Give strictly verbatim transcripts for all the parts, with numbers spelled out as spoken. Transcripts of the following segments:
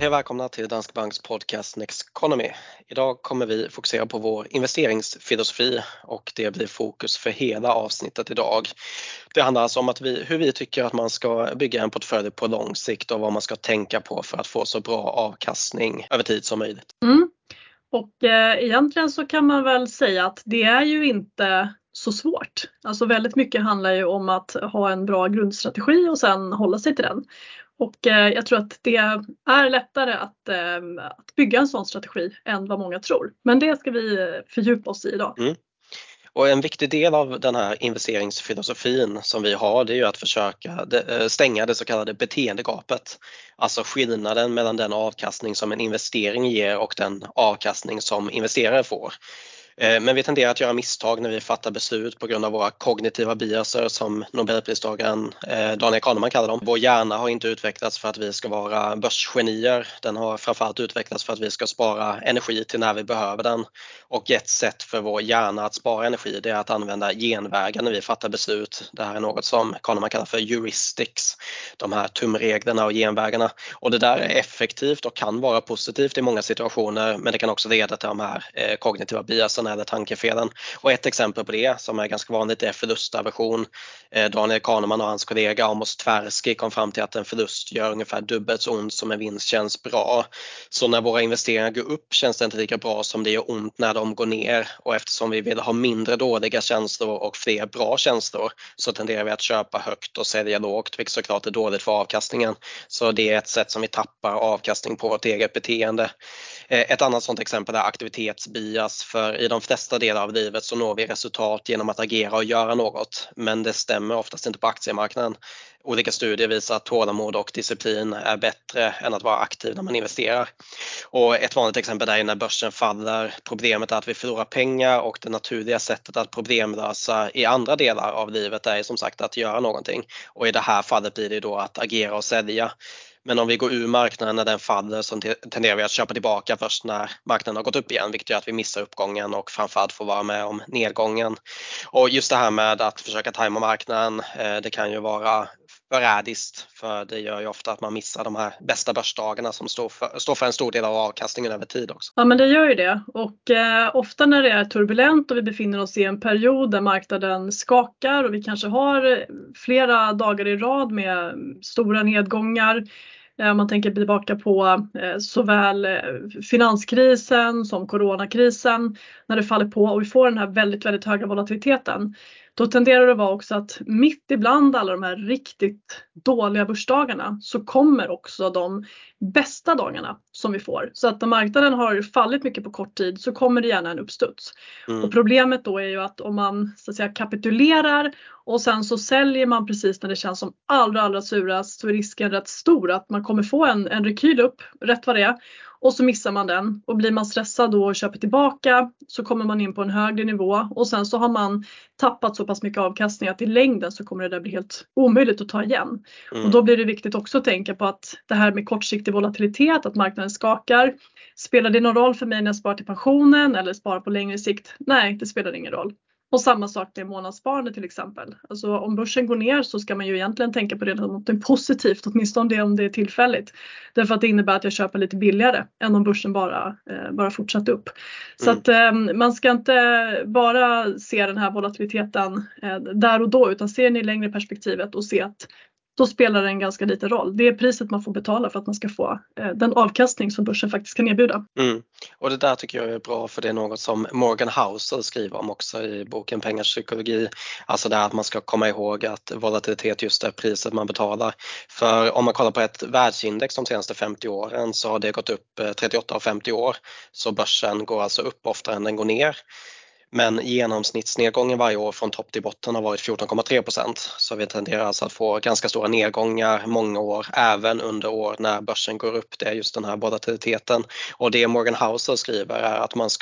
Hej och välkomna till Danske Banks podcast Next Economy. Idag kommer vi fokusera på vår investeringsfilosofi och det blir fokus för hela avsnittet idag. Det handlar alltså om att vi, hur vi tycker att man ska bygga en portfölj på lång sikt och vad man ska tänka på för att få så bra avkastning över tid som möjligt. Mm. Och eh, egentligen så kan man väl säga att det är ju inte så svårt. Alltså väldigt mycket handlar ju om att ha en bra grundstrategi och sen hålla sig till den. Och eh, jag tror att det är lättare att, eh, att bygga en sån strategi än vad många tror. Men det ska vi fördjupa oss i idag. Mm. Och en viktig del av den här investeringsfilosofin som vi har, det är ju att försöka stänga det så kallade beteendegapet. Alltså skillnaden mellan den avkastning som en investering ger och den avkastning som investerare får. Men vi tenderar att göra misstag när vi fattar beslut på grund av våra kognitiva biaser som Nobelpristagaren Daniel Kahneman kallar dem. Vår hjärna har inte utvecklats för att vi ska vara börsgenier. Den har framförallt utvecklats för att vi ska spara energi till när vi behöver den. Och ett sätt för vår hjärna att spara energi, det är att använda genvägar när vi fattar beslut. Det här är något som Kahneman kallar för heuristics. De här tumreglerna och genvägarna. Och det där är effektivt och kan vara positivt i många situationer, men det kan också leda till de här kognitiva biaserna eller tankefelen. Och ett exempel på det som är ganska vanligt är förlustaversion. Daniel Kahneman och hans kollega Amos Tversky kom fram till att en förlust gör ungefär dubbelt så ont som en vinst känns bra. Så när våra investeringar går upp känns det inte lika bra som det gör ont när de går ner. Och eftersom vi vill ha mindre dåliga känslor och fler bra känslor så tenderar vi att köpa högt och sälja lågt, vilket såklart är dåligt för avkastningen. Så det är ett sätt som vi tappar avkastning på vårt eget beteende. Ett annat sådant exempel är aktivitetsbias, för i de flesta delar av livet så når vi resultat genom att agera och göra något, men det stämmer oftast inte på aktiemarknaden. Olika studier visar att tålamod och disciplin är bättre än att vara aktiv när man investerar. Och ett vanligt exempel är när börsen faller. Problemet är att vi förlorar pengar och det naturliga sättet att problemlösa i andra delar av livet är som sagt att göra någonting. Och i det här fallet blir det då att agera och sälja. Men om vi går ur marknaden när den faller så tenderar vi att köpa tillbaka först när marknaden har gått upp igen, vilket gör att vi missar uppgången och framförallt får vara med om nedgången. Och just det här med att försöka tajma marknaden, det kan ju vara förrädiskt, för det gör ju ofta att man missar de här bästa börsdagarna som står för, står för en stor del av avkastningen över tid också. Ja, men det gör ju det, och eh, ofta när det är turbulent och vi befinner oss i en period där marknaden skakar och vi kanske har flera dagar i rad med stora nedgångar. Om man tänker tillbaka på eh, såväl eh, finanskrisen som coronakrisen, när det faller på och vi får den här väldigt, väldigt höga volatiliteten. Då tenderar det att vara också att mitt ibland alla de här riktigt dåliga börsdagarna så kommer också de bästa dagarna som vi får. Så att när marknaden har fallit mycket på kort tid så kommer det gärna en uppstuds. Mm. Och problemet då är ju att om man så att säga kapitulerar och sen så säljer man precis när det känns som allra allra surast, så är risken rätt stor att man kommer få en, en rekyl upp rätt vad det är. Och så missar man den, och blir man stressad då och köper tillbaka så kommer man in på en högre nivå och sen så har man tappat så pass mycket avkastning att i längden så kommer det där bli helt omöjligt att ta igen. Mm. Och då blir det viktigt också att tänka på att det här med kortsiktig volatilitet, att marknaden skakar, spelar det någon roll för mig när jag sparar till pensionen eller sparar på längre sikt? Nej, det spelar ingen roll. Och samma sak med månadssparande till exempel. Alltså om börsen går ner så ska man ju egentligen tänka på det som något positivt, åtminstone det om det är tillfälligt. Därför att det innebär att jag köper lite billigare än om börsen bara, eh, bara fortsatt upp. Så mm. att eh, man ska inte bara se den här volatiliteten eh, där och då, utan se den i längre perspektivet och se att då spelar det en ganska liten roll. Det är priset man får betala för att man ska få eh, den avkastning som börsen faktiskt kan erbjuda. Mm. Och det där tycker jag är bra, för det är något som Morgan Housel skriver om också i boken Pengars psykologi. Alltså det här att man ska komma ihåg att volatilitet just är priset man betalar. För om man kollar på ett världsindex de senaste femtio åren så har det gått upp trettioåtta av femtio år. Så börsen går alltså upp oftare än den går ner. Men genomsnittsnedgången varje år från topp till botten har varit fjorton komma tre procent. Så vi tenderar alltså att få ganska stora nedgångar många år, även under år när börsen går upp. Det är just den här volatiliteten. Och det Morgan Housel skriver är att man ska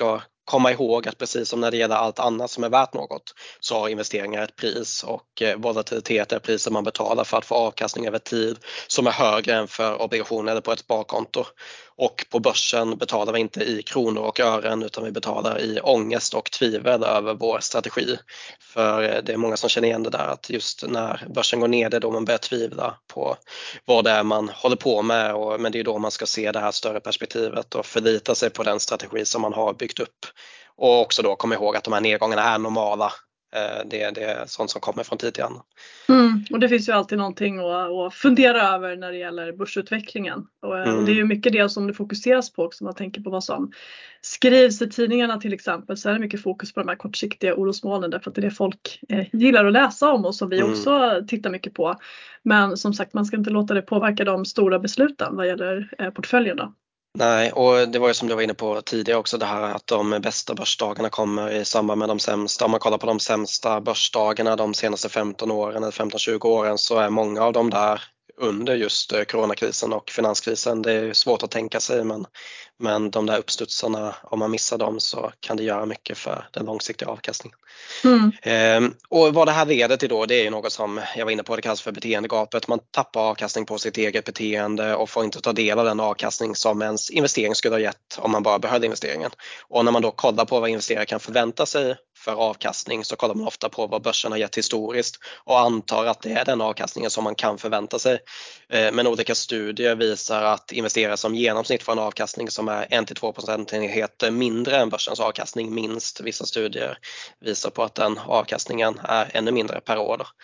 komma ihåg att precis som när det gäller allt annat som är värt något så har investeringar ett pris, och volatilitet är priset man betalar för att få avkastning över tid som är högre än för obligationer eller på ett sparkonto. Och på börsen betalar vi inte i kronor och ören utan vi betalar i ångest och tvivel över vår strategi. För det är många som känner igen det där att just när börsen går ner det är då man börjar tvivla på vad det är man håller på med, och, men det är då man ska se det här större perspektivet och förlita sig på den strategi som man har byggt upp. Och också då komma ihåg att de här nedgångarna är normala. Det, det är sånt som kommer från tid till annan. Mm, och det finns ju alltid någonting att, att fundera över när det gäller börsutvecklingen. Och, mm. och det är ju mycket det som det fokuseras på också. Man tänker på vad som skrivs i tidningarna till exempel, så är det mycket fokus på de här kortsiktiga orosmolnen, därför att det är det folk eh, gillar att läsa om och som vi mm. också tittar mycket på. Men som sagt, man ska inte låta det påverka de stora besluten vad gäller eh, portföljerna. Nej, och det var ju som du var inne på tidigare också, det här att de bästa börsdagarna kommer i samband med de sämsta. Om man kollar på de sämsta börsdagarna de senaste femton åren eller femton tjugo åren så är många av dem där under just coronakrisen och finanskrisen. Det är svårt att tänka sig, men, men de där uppstudsarna, om man missar dem så kan det göra mycket för den långsiktiga avkastningen. Mm. Ehm, och vad det här leder till då, det är ju något som jag var inne på, det kallas för beteendegapet. Man tappar avkastning på sitt eget beteende och får inte ta del av den avkastning som ens investering skulle ha gett om man bara behöll investeringen. Och när man då kollar på vad investerare kan förvänta sig för avkastning så kollar man ofta på vad börsen har gett historiskt och antar att det är den avkastningen som man kan förvänta sig. Men olika studier visar att investerare som genomsnitt får en avkastning som är en till två procentenheter mindre än börsens avkastning minst. Vissa studier visar på att den avkastningen är ännu mindre per år då.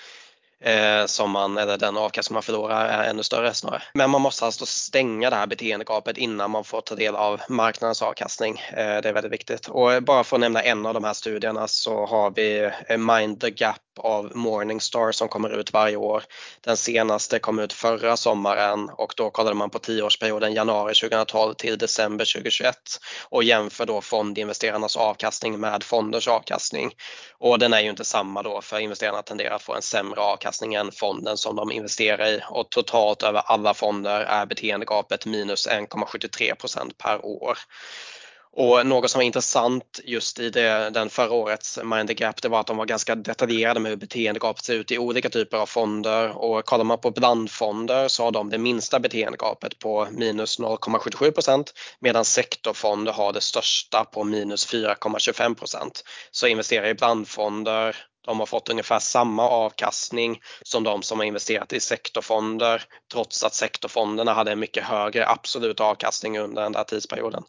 Eh, som man, eller den avkastning man förlorar är ännu större snarare. Men man måste alltså stänga det här beteendegapet innan man får ta del av marknadens avkastning. Eh, det är väldigt viktigt. Och bara för att nämna en av de här studierna så har vi Mind the Gap av Morningstar som kommer ut varje år. Den senaste kom ut förra sommaren och då kollade man på tioårsperioden januari tjugohundratolv till december tjugohundratjugoett och jämför då fondinvesterarnas avkastning med fonders avkastning. Och den är ju inte samma då, för investerarna tenderar att få en sämre avkastning än fonden som de investerar i, och totalt över alla fonder är beteendegapet minus en komma sjuttiotre procent per år. Och något som var intressant just i det, den förra årets Mind the Gap, det var att de var ganska detaljerade med hur beteendegapet ser ut i olika typer av fonder, och kollar man på blandfonder så har de det minsta beteendegapet på minus noll komma sjuttiosju procent medan sektorfonder har det största på minus fyra komma tjugofem procent. Så investerare i blandfonder, de har fått ungefär samma avkastning som de som har investerat i sektorfonder, trots att sektorfonderna hade en mycket högre absolut avkastning under den där tidsperioden.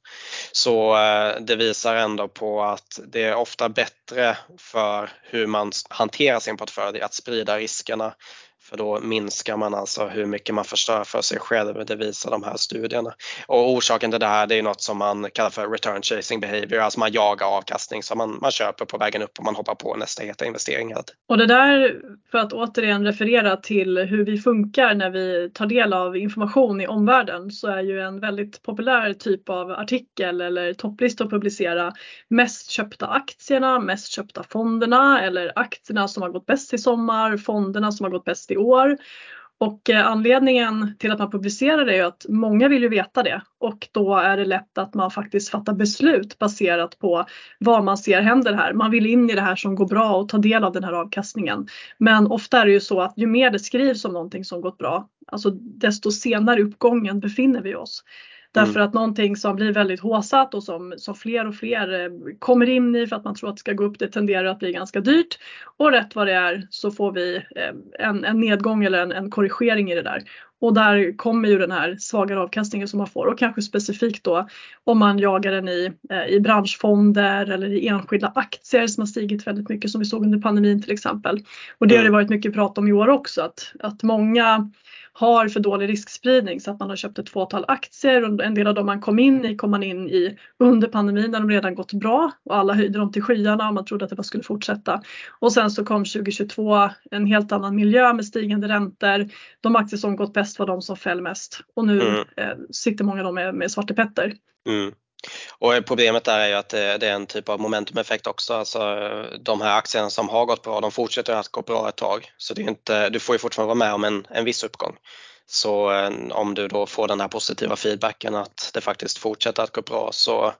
Så det visar ändå på att det är ofta bättre för hur man hanterar sin portfölj att sprida riskerna. För då minskar man alltså hur mycket man förstör för sig själv, det visar de här studierna. Och orsaken till det här, det är något som man kallar för return chasing behavior, alltså man jagar avkastning så man, man köper på vägen upp och man hoppar på nästa heta investering. Och det där, för att återigen referera till hur vi funkar när vi tar del av information i omvärlden, så är ju en väldigt populär typ av artikel eller topplista att publicera mest köpta aktierna, mest köpta fonderna eller aktierna som har gått bäst i sommar, fonderna som har gått bäst i år. Och anledningen till att man publicerar det är ju att många vill ju veta det, och då är det lätt att man faktiskt fattar beslut baserat på vad man ser händer här. Man vill in i det här som går bra och ta del av den här avkastningen. Men ofta är det ju så att ju mer det skrivs om någonting som gått bra, alltså desto senare i uppgången befinner vi oss. Därför att någonting som blir väldigt håsat och som, som fler och fler kommer in i för att man tror att det ska gå upp, det tenderar att bli ganska dyrt. Och rätt vad det är så får vi en, en nedgång eller en, en korrigering i det där. Och där kommer ju den här svagare avkastningen som man får, och kanske specifikt då om man jagar den i, i branschfonder eller i enskilda aktier som har stigit väldigt mycket som vi såg under pandemin till exempel. Och det har det varit mycket prat om i år också, att, att många har för dålig riskspridning så att man har köpt ett fåtal aktier, och en del av dem man kom in i kom man in i under pandemin när de redan gått bra och alla höjde dem till skyarna och man trodde att det bara skulle fortsätta. Och sen så kom tjugohundratjugotvå en helt annan miljö med stigande räntor. De aktier som gått bäst var de som föll mest, och nu mm. eh, sitter många av dem med, med svartepetter. Mm. Och problemet där är ju att det, det är en typ av momentumeffekt också. Alltså, de här aktierna som har gått bra, de fortsätter att gå bra ett tag. Så det är inte, du får ju fortfarande vara med om en, en viss uppgång. Så om du då får den här positiva feedbacken att det faktiskt fortsätter att gå bra, så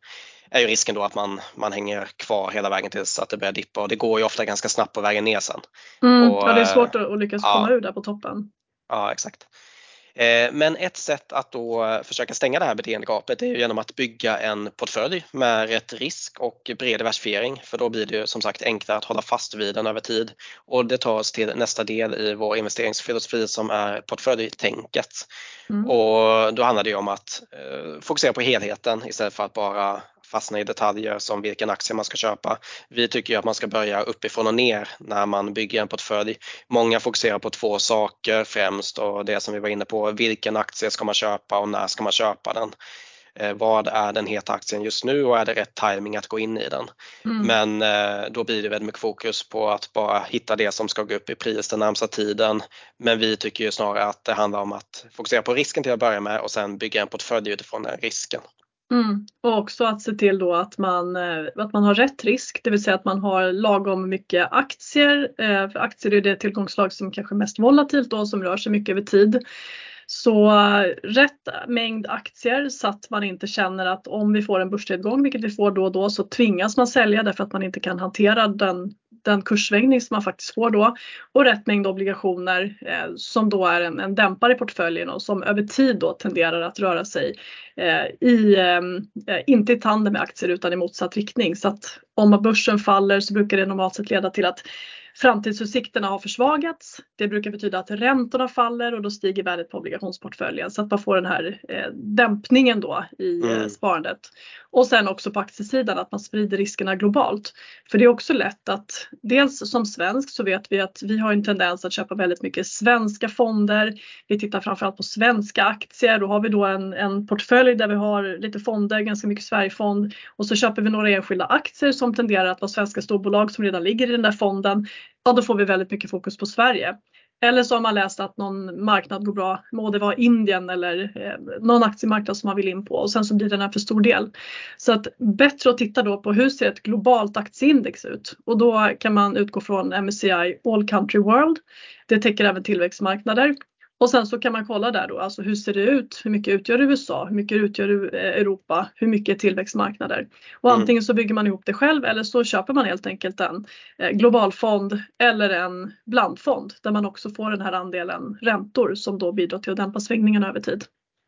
är ju risken då att man, man hänger kvar hela vägen tills att det börjar dippa, och det går ju ofta ganska snabbt på vägen ner sen. Mm, Och, ja, det är svårt att, att lyckas ja, komma ur där på toppen. Ja, exakt. Men ett sätt att då försöka stänga det här beteendegapet är genom att bygga en portfölj med rätt risk och bred diversifiering, för då blir det ju som sagt enklare att hålla fast vid den över tid. Och det tar oss till nästa del i vår investeringsfilosofi som är portföljtänket. Mm. Och då handlar det om att eh, fokusera på helheten istället för att bara fastna i detaljer som vilken aktie man ska köpa. Vi tycker ju att man ska börja uppifrån och ner när man bygger en portfölj. Många fokuserar på två saker främst, och det som vi var inne på, vilken aktie ska man köpa och när ska man köpa den? Eh, vad är den heta aktien just nu och är det rätt timing att gå in i den? Mm. Men eh, då blir det väldigt mycket fokus på att bara hitta det som ska gå upp i pris den närmsta tiden. Men vi tycker ju snarare att det handlar om att fokusera på risken till att börja med och sen bygga en portfölj utifrån den risken. Mm. Och också att se till då att man, att man har rätt risk, det vill säga att man har lagom mycket aktier. För aktier är det tillgångslag som kanske är mest volatilt då, som rör sig mycket över tid. Så rätt mängd aktier så att man inte känner att om vi får en börsnedgång, vilket vi får då och då, så tvingas man sälja därför att man inte kan hantera den, den kurssvängning som man faktiskt får då. Och rätt mängd obligationer eh, som då är en, en dämpare i portföljen och som över tid då tenderar att röra sig eh, i, eh, inte i tandem med aktier utan i motsatt riktning. Så att om börsen faller så brukar det normalt sett leda till att framtidsutsikterna har försvagats. Det brukar betyda att räntorna faller och då stiger värdet på obligationsportföljen, så att man får den här eh, dämpningen då i eh, sparandet. Och sen också på aktiesidan att man sprider riskerna globalt. För det är också lätt att, dels som svensk så vet vi att vi har en tendens att köpa väldigt mycket svenska fonder. Vi tittar framförallt på svenska aktier. Då har vi då en, en portfölj där vi har lite fonder, ganska mycket Sverigefond. Och så köper vi några enskilda aktier som tenderar att vara svenska storbolag som redan ligger i den där fonden. Ja, då får vi väldigt mycket fokus på Sverige. Eller så har man läst att någon marknad går bra, må det vara Indien eller eh, någon aktiemarknad som man vill in på, och sen så blir den här för stor del. Så att bättre att titta då på hur ser ett globalt aktieindex ut, och då kan man utgå från M S C I All Country World. Det täcker även tillväxtmarknader. Och sen så kan man kolla där då, alltså hur ser det ut? Hur mycket utgör U S A? Hur mycket utgör Europa? Hur mycket är tillväxtmarknader? Och antingen så bygger man ihop det själv eller så köper man helt enkelt en globalfond eller en blandfond där man också får den här andelen räntor som då bidrar till att dämpa svängningarna över tid.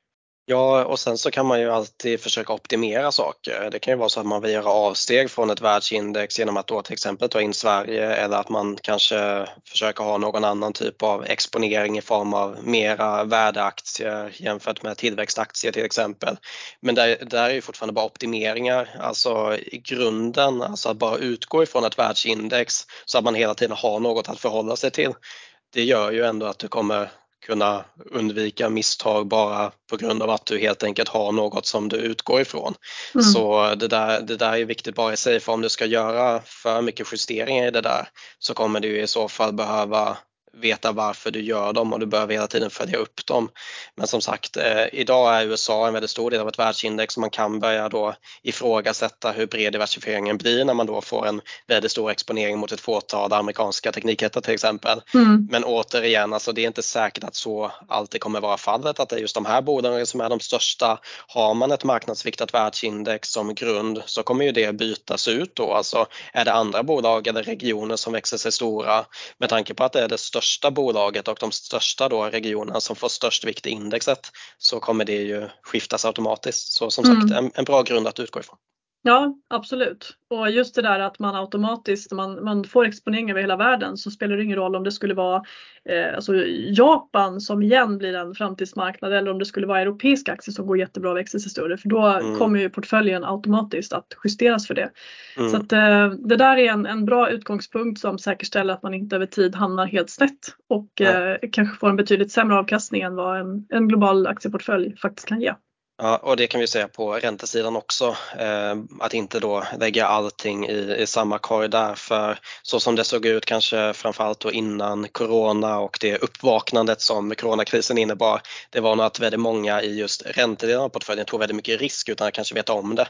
Ja, och sen så kan man ju alltid försöka optimera saker. Det kan ju vara så att man vill göra avsteg från ett världsindex genom att då till exempel ta in Sverige, eller att man kanske försöker ha någon annan typ av exponering i form av mera värdeaktier jämfört med tillväxtaktier till exempel. Men det där är ju fortfarande bara optimeringar, alltså i grunden, alltså att bara utgå ifrån ett världsindex så att man hela tiden har något att förhålla sig till. Det gör ju ändå att du kommer kunna undvika misstag bara på grund av att du helt enkelt har något som du utgår ifrån. Mm. Så det där, det där är viktigt bara i sig, för om du ska göra för mycket justeringar i det där så kommer du i så fall behöva veta varför du gör dem, och du behöver hela tiden följa upp dem. Men som sagt, eh, idag är U S A en väldigt stor del av ett världsindex, och man kan börja då ifrågasätta hur bred diversifieringen blir när man då får en väldigt stor exponering mot ett fåtal amerikanska teknikjättar till exempel. Mm. Men återigen, alltså det är inte säkert att så alltid kommer vara fallet, att det är just de här bolagen som är de största. Har man ett marknadsviktat världsindex som grund så kommer ju det bytas ut då. Alltså är det andra bolag eller regioner som växer sig stora, med tanke på att det är det största största bolaget och de största då regionerna som får störst vikt i indexet, så kommer det ju skiftas automatiskt. Så som sagt, mm. en, en bra grund att utgå ifrån. Ja, absolut. Och just det där att man automatiskt, man, man får exponering över hela världen, så spelar det ingen roll om det skulle vara eh, alltså Japan som igen blir en framtidsmarknad, eller om det skulle vara europeiska aktier som går jättebra och växer sig större. För då mm. kommer ju portföljen automatiskt att justeras för det. Mm. Så att eh, det där är en, en bra utgångspunkt som säkerställer att man inte över tid hamnar helt snett och eh, kanske får en betydligt sämre avkastning än vad en, en global aktieportfölj faktiskt kan ge. Ja, och det kan vi säga på räntesidan också, eh, att inte då lägga allting i, i samma korg där, för så som det såg ut kanske framförallt då innan corona och det uppvaknandet som coronakrisen innebar, det var nog att väldigt många i just räntedelen av portföljen tog väldigt mycket risk utan att kanske veta om det.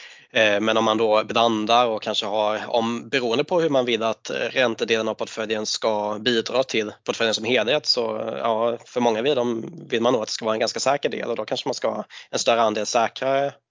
Men om man då blandar och kanske har, om, beroende på hur man vill att räntedelen av portföljen ska bidra till portföljen som helhet, så ja, för många vill, de, vill man nog att det ska vara en ganska säker del, och då kanske man ska ha en större andel säkrare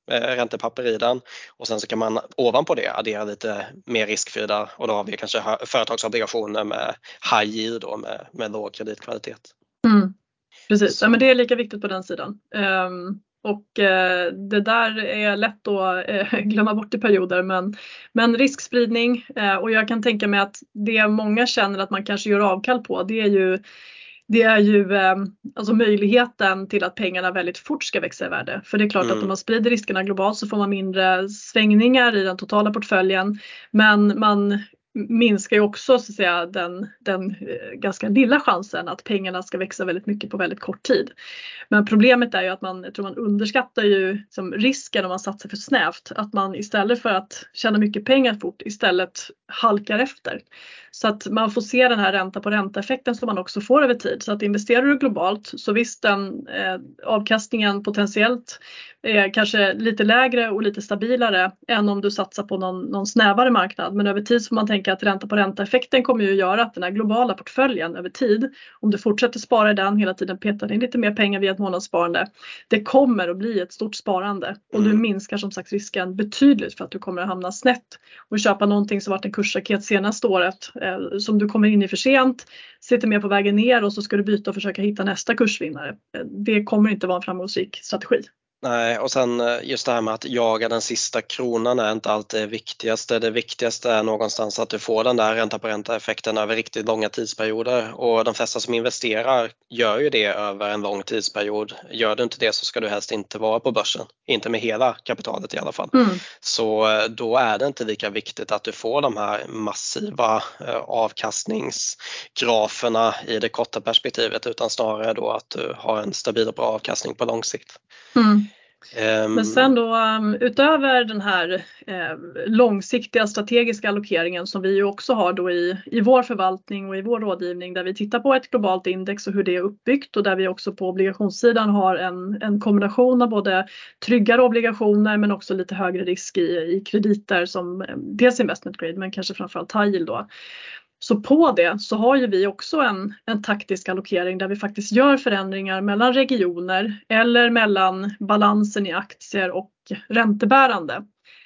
räntepapper i den och sen så kan man ovanpå det addera lite mer riskfria och då har vi kanske företagsobligationer med high yield då, med, med låg kreditkvalitet. Mm, precis, ja, men det är lika viktigt på den sidan. Um, och uh, det där är lätt att uh, glömma bort i perioder, men, men riskspridning uh, och jag kan tänka mig att det många känner att man kanske gör avkall på, det är ju Det är ju eh, alltså möjligheten till att pengarna väldigt fort ska växa i värde. För det är klart mm. att om man sprider riskerna globalt så får man mindre svängningar i den totala portföljen. Men man minskar ju också så att säga, den, den eh, ganska lilla chansen att pengarna ska växa väldigt mycket på väldigt kort tid. Men problemet är ju att man, jag tror man underskattar ju som risken om man satsar för snävt. Att man istället för att tjäna mycket pengar fort istället halkar efter. Så att man får se den här ränta på ränta-effekten som man också får över tid. Så att investerar du globalt så visst den eh, avkastningen potentiellt är kanske lite lägre och lite stabilare än om du satsar på någon, någon snävare marknad. Men över tid så får man tänka att ränta på ränta-effekten kommer ju göra att den här globala portföljen över tid, om du fortsätter spara i den hela tiden, petar in lite mer pengar via ett månadssparande, det kommer att bli ett stort sparande och du minskar som sagt risken betydligt för att du kommer att hamna snett och köpa någonting som varit en kursraket senaste året eh, som du kommer in i för sent, sitter med på vägen ner och så ska du byta och försöka hitta nästa kursvinnare. Det kommer inte vara en framgångsrik strategi. Nej, och sen just det här med att jaga den sista kronan är inte alltid det viktigaste. Det viktigaste är någonstans att du får den där ränta på ränta-effekten över riktigt långa tidsperioder och de flesta som investerar gör ju det över en lång tidsperiod. Gör du inte det så ska du helst inte vara på börsen, inte med hela kapitalet i alla fall. Mm. Så då är det inte lika viktigt att du får de här massiva avkastningsgraferna i det korta perspektivet utan snarare då att du har en stabil och bra avkastning på lång sikt. Mm. Men sen då utöver den här eh, långsiktiga strategiska allokeringen som vi ju också har då i, i vår förvaltning och i vår rådgivning där vi tittar på ett globalt index och hur det är uppbyggt och där vi också på obligationssidan har en, en kombination av både tryggare obligationer men också lite högre risk i, i krediter som dels investment grade men kanske framförallt high yield då. Så på det så har ju vi också en, en taktisk allokering där vi faktiskt gör förändringar mellan regioner eller mellan balansen i aktier och räntebärande.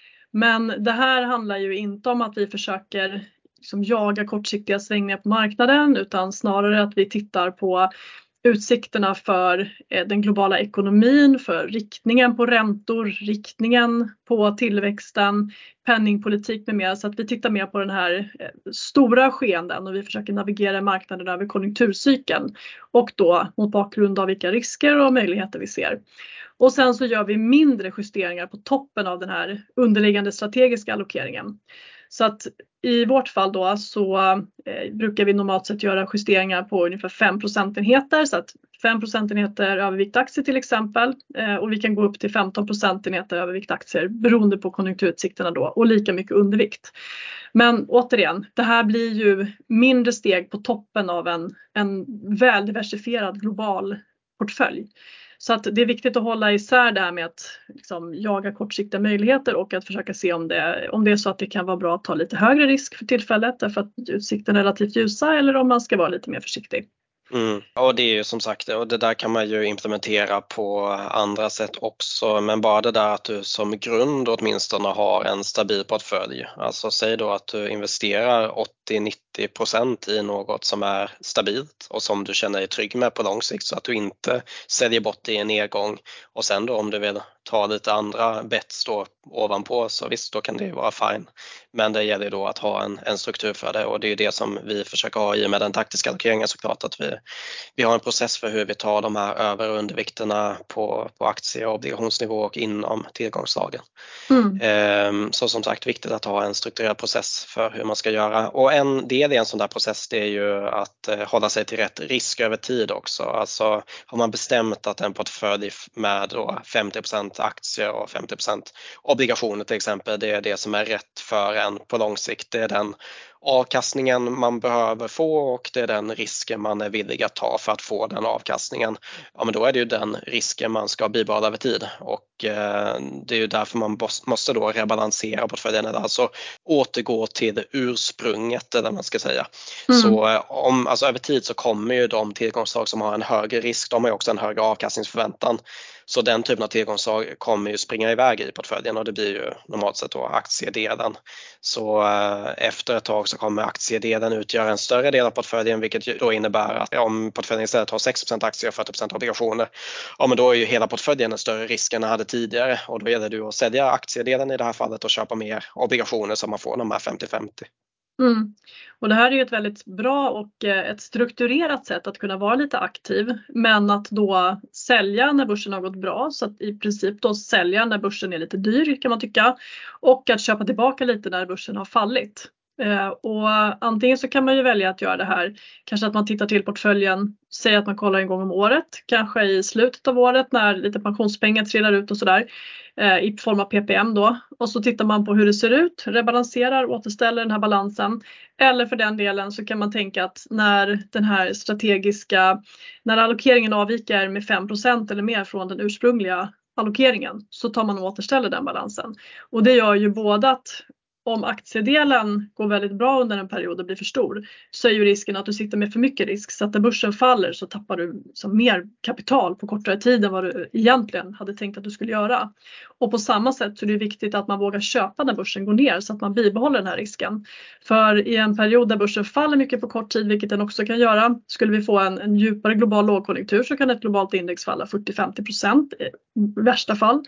Men det här handlar ju inte om att vi försöker liksom jaga kortsiktiga svängningar på marknaden utan snarare att vi tittar på utsikterna för den globala ekonomin, för riktningen på räntor, riktningen på tillväxten, penningpolitik med mer. Så att vi tittar mer på den här stora skeenden och vi försöker navigera marknaden över konjunkturcykeln och då mot bakgrund av vilka risker och möjligheter vi ser. Och sen så gör vi mindre justeringar på toppen av den här underliggande strategiska allokeringen. Så att i vårt fall då så eh, brukar vi normalt sett göra justeringar på ungefär fem procentenheter. Så att fem procentenheter övervikt aktier till exempel. Eh, och vi kan gå upp till femton procentenheter övervikt aktier beroende på konjunkturutsikterna då. Och lika mycket undervikt. Men återigen, det här blir ju mindre steg på toppen av en, en väldiversifierad global portfölj. Så att det är viktigt att hålla isär det här med att liksom jaga kortsiktiga möjligheter och att försöka se om det, om det är så att det kan vara bra att ta lite högre risk för tillfället därför att utsikten är relativt ljusa eller om man ska vara lite mer försiktig. Mm. Och det är ju som sagt, och det där kan man ju implementera på andra sätt också, men bara det där att du som grund åtminstone har en stabil portfölj. Alltså säg då att du investerar åttio till nittio procent i något som är stabilt och som du känner dig trygg med på lång sikt så att du inte säljer bort det i en nedgång och sen då om du vill ta lite andra bets då ovanpå så visst då kan det vara fine. Men det gäller då att ha en, en struktur för det och det är det som vi försöker ha i med den taktiska allokeringen såklart att vi, vi har en process för hur vi tar de här över- och undervikterna på, på aktie- och obligationsnivå och inom tillgångslagen. Mm. Ehm, så som sagt viktigt att ha en strukturerad process för hur man ska göra och en del i en sån där process det är ju att eh, hålla sig till rätt risk över tid också. Alltså har man bestämt att en portfölj med då femtio procent aktier och femtio procent obligationer till exempel, det är det som är rätt för en på lång sikt, det är den avkastningen man behöver få och det är den risken man är villig att ta för att få den avkastningen. Ja, men då är det ju den risken man ska bibehålla över tid och eh, det är ju därför man måste då rebalansera portföljen, alltså återgå till ursprunget eller man ska säga. Mm. Så eh, om, alltså över tid så kommer ju de tillgångsslag som har en högre risk, de har ju också en högre avkastningsförväntan. Så den typen av tillgångsslag kommer ju springa iväg i portföljen och det blir ju normalt sett då aktiedelen. Så eh, efter ett tag så kommer aktiedelen utgöra en större del av portföljen, vilket då innebär att om portföljen istället har sex procent aktier och fyrtio procent obligationer, ja men då är ju hela portföljen en större risk än den hade tidigare och då gäller det att sälja aktiedelen i det här fallet och köpa mer obligationer så man får de här femtio femtio. Mm. Och det här är ju ett väldigt bra och ett strukturerat sätt att kunna vara lite aktiv, men att då sälja när börsen har gått bra, så att i princip då sälja när börsen är lite dyr kan man tycka, och att köpa tillbaka lite när börsen har fallit. Och antingen så kan man ju välja att göra det här, kanske att man tittar till portföljen, säger att man kollar en gång om året, kanske i slutet av året när lite pensionspengar trillar ut och sådär, i form av P P M då, och så tittar man på hur det ser ut, rebalanserar, återställer den här balansen. Eller för den delen så kan man tänka att när den här strategiska, när allokeringen avviker med fem procent eller mer från den ursprungliga allokeringen, så tar man och återställer den balansen. Och det gör ju både att om aktiedelen går väldigt bra under en period och blir för stor, så är ju risken att du sitter med för mycket risk, så att när börsen faller så tappar du som mer kapital på kortare tid än vad du egentligen hade tänkt att du skulle göra. Och på samma sätt så är det viktigt att man vågar köpa när börsen går ner så att man bibehåller den här risken. För i en period där börsen faller mycket på kort tid, vilket den också kan göra, skulle vi få en, en djupare global lågkonjunktur så kan ett globalt index falla fyrtio till femtio procent i värsta fall.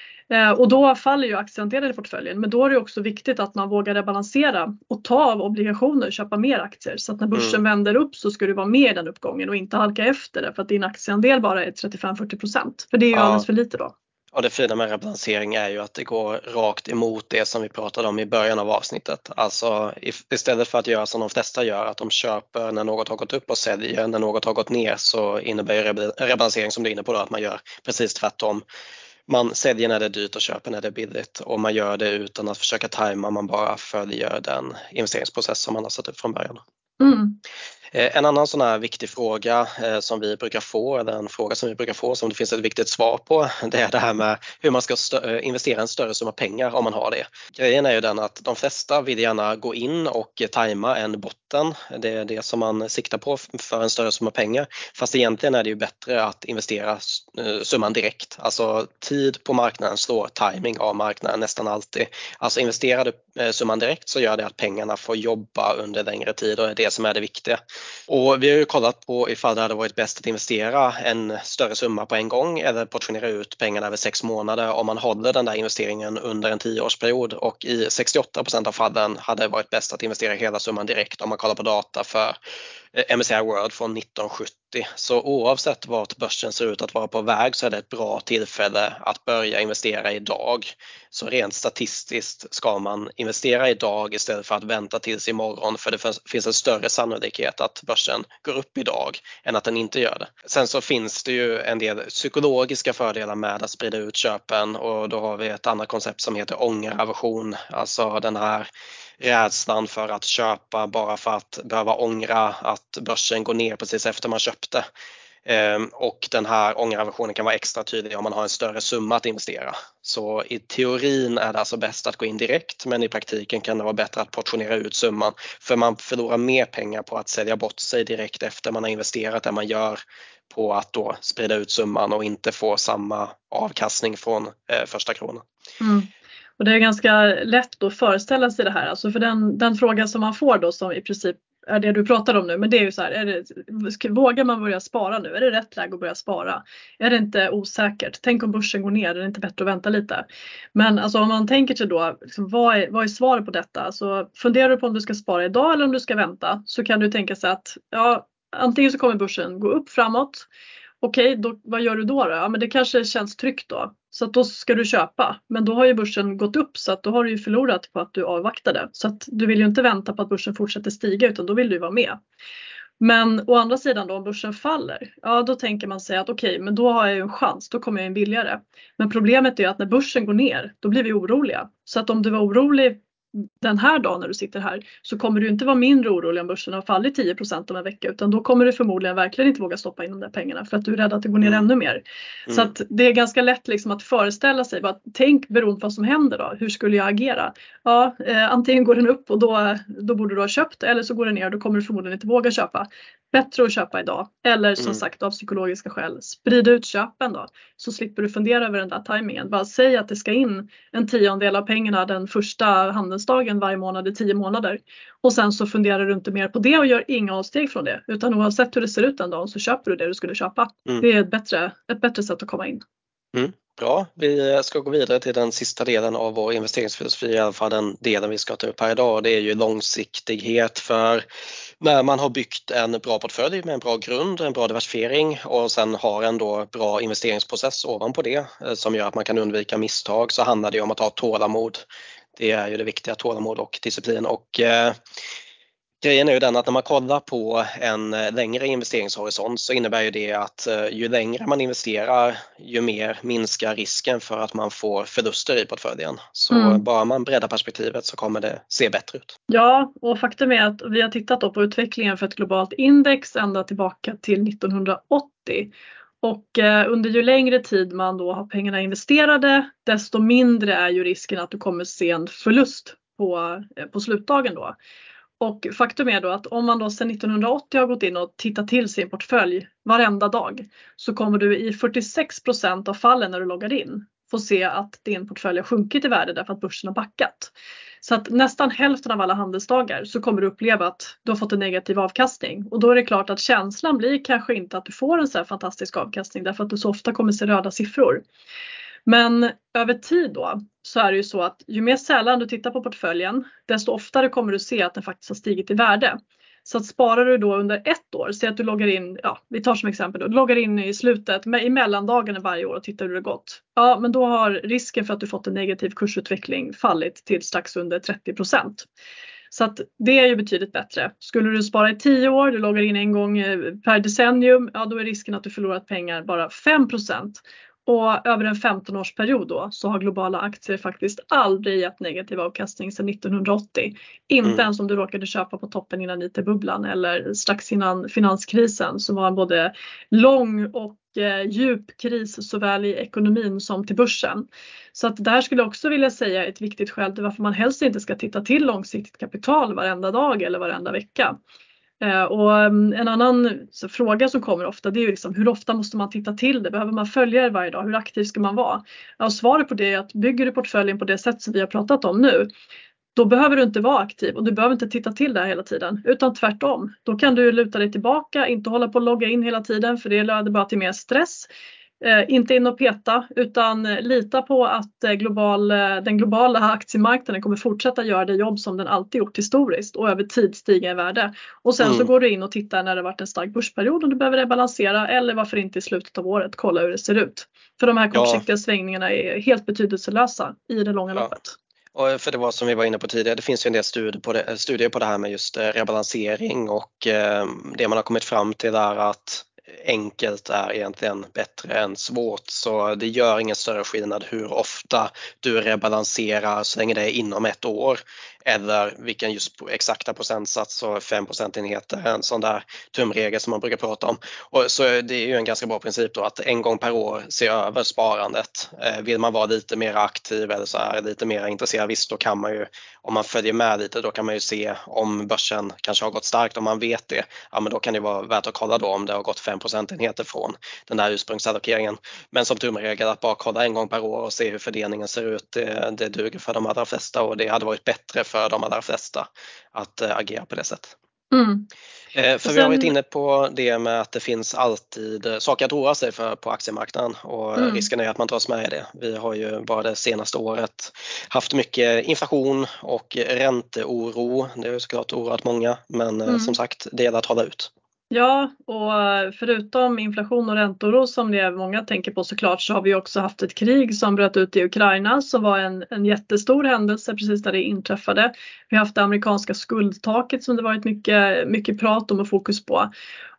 Och då faller ju aktieandelen i portföljen, men då är det också viktigt att man vågar rebalansera och ta av obligationer och köpa mer aktier, så att när börsen mm. vänder upp så ska du vara med i den uppgången och inte halka efter det för att din aktieandel bara är trettiofem till fyrtio procent, för det är ju ja. alldeles för lite då. Och det fina med rebalansering är ju att det går rakt emot det som vi pratade om i början av avsnittet. Alltså istället för att göra som de flesta gör, att de köper när något har gått upp och säljer när något har gått ner, så innebär rebalansering, som du är inne på då, att man gör precis tvärtom. Man säljer när det är dyrt och köper när det är billigt, och man gör det utan att försöka tajma, man bara följer den investeringsprocess som man har satt upp från början. Mm. En annan sån här viktig fråga som vi brukar få, eller en fråga som vi brukar få som det finns ett viktigt svar på, det är det här med hur man ska stö- investera en större summa pengar om man har det. Grejen är ju den att de flesta vill gärna gå in och tajma en botten, det är det som man siktar på för en större summa pengar, fast egentligen är det ju bättre att investera summan direkt. Alltså tid på marknaden slår timing av marknaden nästan alltid. Alltså investerar du summan direkt så gör det att pengarna får jobba under längre tid, och det är det som är det viktiga. Och vi har ju kollat på ifall det hade varit bäst att investera en större summa på en gång eller portionera ut pengarna över sex månader om man håller den där investeringen under en tioårsperiod, och i sextioåtta procent av fallen hade det varit bäst att investera hela summan direkt om man kollar på data för M S C I World från nitton sjuttio. Så oavsett vart börsen ser ut att vara på väg så är det ett bra tillfälle att börja investera idag. Så rent statistiskt ska man investera idag istället för att vänta tills imorgon, för det finns en större sannolikhet att börsen går upp idag än att den inte gör det. Sen så finns det ju en del psykologiska fördelar med att sprida ut köpen, och då har vi ett annat koncept som heter ångeraversion, alltså den här rädslan för att köpa bara för att behöva ångra att börsen går ner precis efter man köpte. Och den här ångeraversionen kan vara extra tydlig om man har en större summa att investera. Så i teorin är det alltså bäst att gå in direkt, men i praktiken kan det vara bättre att portionera ut summan, för man förlorar mer pengar på att sälja bort sig direkt efter man har investerat än man gör på att då sprida ut summan och inte få samma avkastning från eh, första kronan. Mm. Och det är ganska lätt att föreställa sig det här, alltså för den, den fråga som man får då, som i princip är det du pratar om nu, men det är ju så här, är det, vågar man börja spara nu? Är det rätt läge att börja spara? Är det inte osäkert? Tänk om börsen går ner, är det inte bättre att vänta lite? Men alltså om man tänker sig då, liksom, vad, är, vad är svaret på detta? Alltså, funderar du på om du ska spara idag eller om du ska vänta, så kan du tänka sig att ja, antingen så kommer börsen gå upp framåt. Okej, då, vad gör du då då? Ja, men det kanske känns tryggt då. Så att då ska du köpa. Men då har ju börsen gått upp, så att då har du ju förlorat på att du avvaktade. Så att du vill ju inte vänta på att börsen fortsätter stiga, utan då vill du vara med. Men å andra sidan då, om börsen faller, ja då tänker man sig att okej, men då har jag ju en chans, då kommer jag in billigare. Men problemet är att när börsen går ner, då blir vi oroliga. Så att om du var orolig den här dagen när du sitter här så kommer du inte vara mindre orolig om börsen har fallit tio procent om en vecka, utan då kommer du förmodligen verkligen inte våga stoppa in de där pengarna för att du är rädd att det går ner mm. ännu mer. Mm. Så att det är ganska lätt liksom att föreställa sig, bara, tänk beroende på vad som händer då, hur skulle jag agera? Ja, eh, antingen går den upp och då, då borde du ha köpt, eller så går den ner och då kommer du förmodligen inte våga köpa. Bättre att köpa idag, eller som mm. sagt av psykologiska skäl, sprida ut köpen då, så slipper du fundera över den där tajmingen. Bara säg att det ska in en tiondel av pengarna den första handelsdagen varje månad i tio månader. Och sen så funderar du inte mer på det och gör inga avsteg från det. Utan oavsett hur det ser ut en dag så köper du det du skulle köpa. Mm. Det är ett bättre, ett bättre sätt att komma in. Mm. Bra, vi ska gå vidare till den sista delen av vår investeringsfilosofi, i alla fall den delen vi ska ta upp här idag. Det är ju långsiktighet, för när man har byggt en bra portfölj med en bra grund, en bra diversifiering och sen har en då bra investeringsprocess ovanpå det som gör att man kan undvika misstag, så handlar det om att ha tålamod. Det är ju det viktiga, tålamod och disciplin. Och eh, grejen är ju den att när man kollar på en längre investeringshorisont så innebär ju det att ju längre man investerar ju mer minskar risken för att man får förluster i portföljen. Så mm. bara man breddar perspektivet så kommer det se bättre ut. Ja, och faktum är att vi har tittat då på utvecklingen för ett globalt index ända tillbaka till nittonhundraåttio. Och eh, under ju längre tid man då har pengarna investerade, desto mindre är ju risken att du kommer se en förlust på, eh, på slutdagen då. Och faktum är då att om man då sedan nittonhundraåttio har gått in och tittat till sin portfölj varenda dag, så kommer du i fyrtiosex procent av fallen när du loggar in få se att din portfölj har sjunkit i värde därför att börsen har backat. Så att nästan hälften av alla handelsdagar så kommer du uppleva att du har fått en negativ avkastning. Och då är det klart att känslan blir kanske inte att du får en så här fantastisk avkastning därför att du så ofta kommer se röda siffror. Men över tid då så är det ju så att ju mer sällan du tittar på portföljen, desto oftare kommer du se att den faktiskt har stigit i värde. Så att sparar du då under ett år, säg att du loggar in, ja vi tar som exempel då, du loggar in i slutet, i mellandagarna varje år och tittar hur det gått. Ja, men då har risken för att du fått en negativ kursutveckling fallit till strax under trettio procent. Så att det är ju betydligt bättre. Skulle du spara i tio år, du loggar in en gång per decennium, ja då är risken att du förlorat pengar bara fem procent. Och över en femton-årsperiod då så har globala aktier faktiskt aldrig gett negativ avkastning sedan nittonhundraåttio. Inte mm. ens om du råkade köpa på toppen innan I T-bubblan eller strax innan finanskrisen, som var en både lång och eh, djup kris såväl i ekonomin som till börsen. Så att det här skulle jag också vilja säga är ett viktigt skäl till varför man helst inte ska titta till långsiktigt kapital varenda dag eller varenda vecka. Och en annan så, fråga som kommer ofta, det är ju liksom, hur ofta måste man titta till det? Behöver man följa det varje dag? Hur aktiv ska man vara? Ja, svaret på det är att bygger du portföljen på det sätt som vi har pratat om nu, då behöver du inte vara aktiv och du behöver inte titta till det här hela tiden, utan tvärtom. Då kan du luta dig tillbaka, inte hålla på att logga in hela tiden, för det leder bara till mer stress. Eh, inte in och peta, utan lita på att eh, global, eh, den globala aktiemarknaden kommer fortsätta göra det jobb som den alltid gjort historiskt och över tid stiga i värde. Och sen mm. så går du in och tittar när det varit en stark börsperiod och du behöver rebalansera, eller varför inte i slutet av året kolla hur det ser ut. För de här kortsiktiga ja. svängningarna är helt betydelselösa i det långa ja. loppet. Och för det var som vi var inne på tidigare, det finns ju en del studier på det, studier på det här med just rebalansering, och eh, det man har kommit fram till är att enkelt är egentligen bättre än svårt, så det gör ingen större skillnad hur ofta du rebalanserar så länge det är inom ett år, eller vilken just exakta procentsats, och fem procentenheter en sån där tumregel som man brukar prata om. Och så det är ju en ganska bra princip då, att en gång per år se över sparandet. Eh, vill man vara lite mer aktiv eller så här lite mer intresserad, visst då kan man ju, om man följer med lite, då kan man ju se om börsen kanske har gått starkt, om man vet det, ja men då kan det vara värt att kolla då om det har gått fem procentenheter från den där ursprungsallokeringen. Men som tumregel att bara kolla en gång per år och se hur fördelningen ser ut, det, det duger för de allra flesta, och det hade varit bättre för de allra flesta att äh, agera på det sättet. Mm. Eh, för sen, vi har varit inne på det med att det finns alltid saker att oroa sig för på aktiemarknaden, och mm. risken är att man dras med i det. Vi har ju bara det senaste året haft mycket inflation och ränteoro. Det har ju såklart oroat många, men mm. som sagt, det gäller att hålla ut. Ja, och förutom inflation och räntor som det många tänker på såklart, så har vi också haft ett krig som bröt ut i Ukraina, som var en, en jättestor händelse precis där det inträffade. Vi har haft det amerikanska skuldtaket som det varit mycket, mycket prat om och fokus på.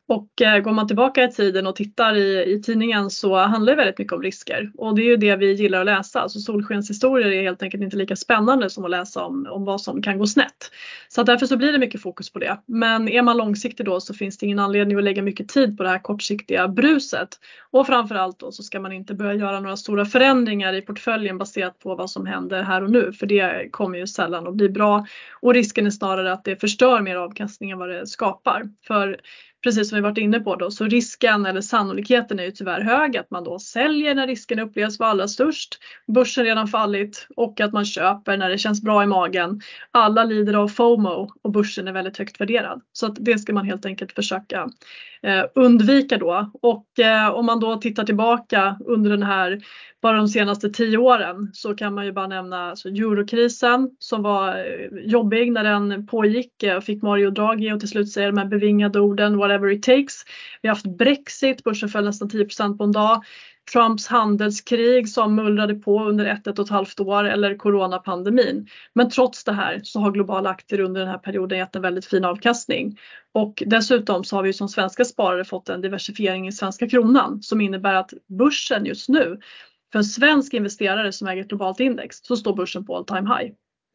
Och eh, går man tillbaka i tiden och tittar i, i tidningen så handlar det väldigt mycket om risker. Och det är ju det vi gillar att läsa. Alltså solskenshistorier är helt enkelt inte lika spännande som att läsa om, om vad som kan gå snett. Så att därför så blir det mycket fokus på det. Men är man långsiktig då så finns det ingen anledning att lägga mycket tid på det här kortsiktiga bruset. Och framförallt då så ska man inte börja göra några stora förändringar i portföljen baserat på vad som händer här och nu. För det kommer ju sällan att bli bra. Och risken är snarare att det förstör mer avkastning än vad det skapar. För precis som vi varit inne på då, så risken eller sannolikheten är ju tyvärr hög att man då säljer när risken upplevs vara allra störst. Börsen redan fallit och att man köper när det känns bra i magen. Alla lider av FOMO och börsen är väldigt högt värderad. Så att det ska man helt enkelt försöka eh, undvika då. Och eh, om man då tittar tillbaka under den här, bara de senaste tio åren, så kan man ju bara nämna alltså, eurokrisen som var eh, jobbig när den pågick och eh, fick Mario Draghi och till slut säga de här bevingade orden whatever it takes. Vi har haft Brexit, börsen föll nästan tio procent på en dag. Trumps handelskrig som mullrade på under ett, ett och ett halvt år eller coronapandemin. Men trots det här så har globala aktier under den här perioden gett en väldigt fin avkastning. Och dessutom så har vi som svenska sparare fått en diversifiering i svenska kronan som innebär att börsen just nu, för en svensk investerare som äger ett globalt index, så står börsen på all time high.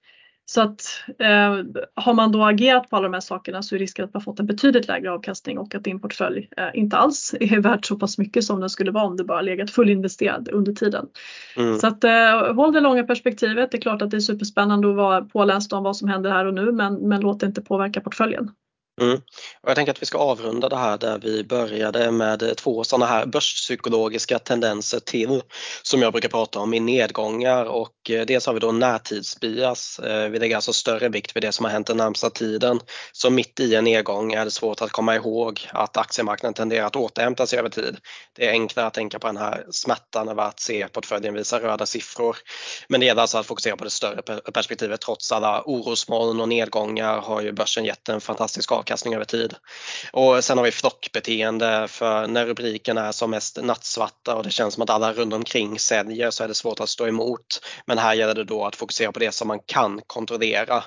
Så att eh, har man då agerat på alla de här sakerna så är risken att man fått en betydligt lägre avkastning och att din portfölj eh, inte alls är värd så pass mycket som den skulle vara om det bara legat fullinvesterad under tiden. Mm. Så att eh, håll det långa perspektivet. Det är klart att det är superspännande att vara påläst om vad som händer här och nu, men, men låt det inte påverka portföljen. Mm. Och jag tänker att vi ska avrunda det här där vi började med två sådana här börspsykologiska tendenser till som jag brukar prata om i nedgångar, och dels har vi då närtidsbias. Vi lägger alltså större vikt vid det som har hänt den närmsta tiden. Så mitt i en nedgång är det svårt att komma ihåg att aktiemarknaden tenderar att återhämta sig över tid. Det är enklare att tänka på den här smärtan över att se portföljen visa röda siffror. Men det gäller alltså att fokusera på det större perspektivet. Trots alla orosmoln och nedgångar har ju börsen gett en fantastisk avkastning över tid. Och sen har vi flockbeteende, för när rubriken är som mest nattsvarta och det känns som att alla runt omkring säljer så är det svårt att stå emot. Men här gäller det då att fokusera på det som man kan kontrollera.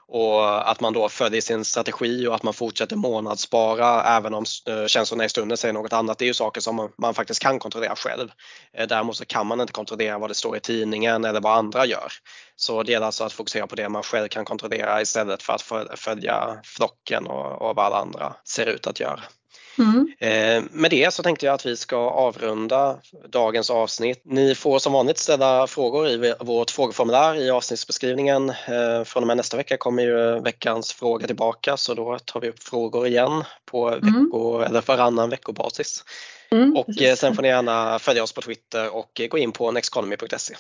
Och att man då följer sin strategi och att man fortsätter månadsspara även om känslorna i stunden säger något annat. Det är ju saker som man faktiskt kan kontrollera själv. Däremot så kan man inte kontrollera vad det står i tidningen eller vad andra gör. Så det gäller alltså att fokusera på det man själv kan kontrollera istället för att följa flocken och, och vad alla andra ser ut att göra. Mm. Eh, med det så tänkte jag att vi ska avrunda dagens avsnitt. Ni får som vanligt ställa frågor i vårt frågeformulär i avsnittsbeskrivningen. Eh, från och med nästa vecka kommer ju veckans fråga tillbaka, så då tar vi upp frågor igen på vecko- mm. eller varannan veckobasis. Mm, och precis. Sen får ni gärna följa oss på Twitter och gå in på nexteconomy punkt se.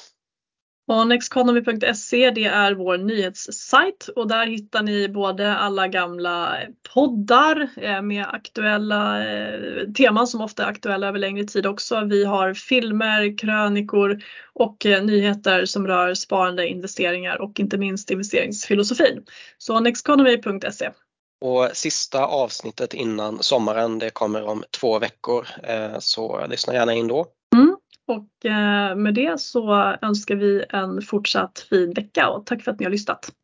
Och nexteconomy punkt se, det är vår nyhetssajt och där hittar ni både alla gamla poddar med aktuella teman som ofta är aktuella över längre tid också. Vi har filmer, krönikor och nyheter som rör sparande, investeringar och inte minst investeringsfilosofin. Så nexteconomy punkt se. Och sista avsnittet innan sommaren, det kommer om två veckor, så lyssna gärna in då. Mm. Och med det så önskar vi en fortsatt fin vecka och tack för att ni har lyssnat.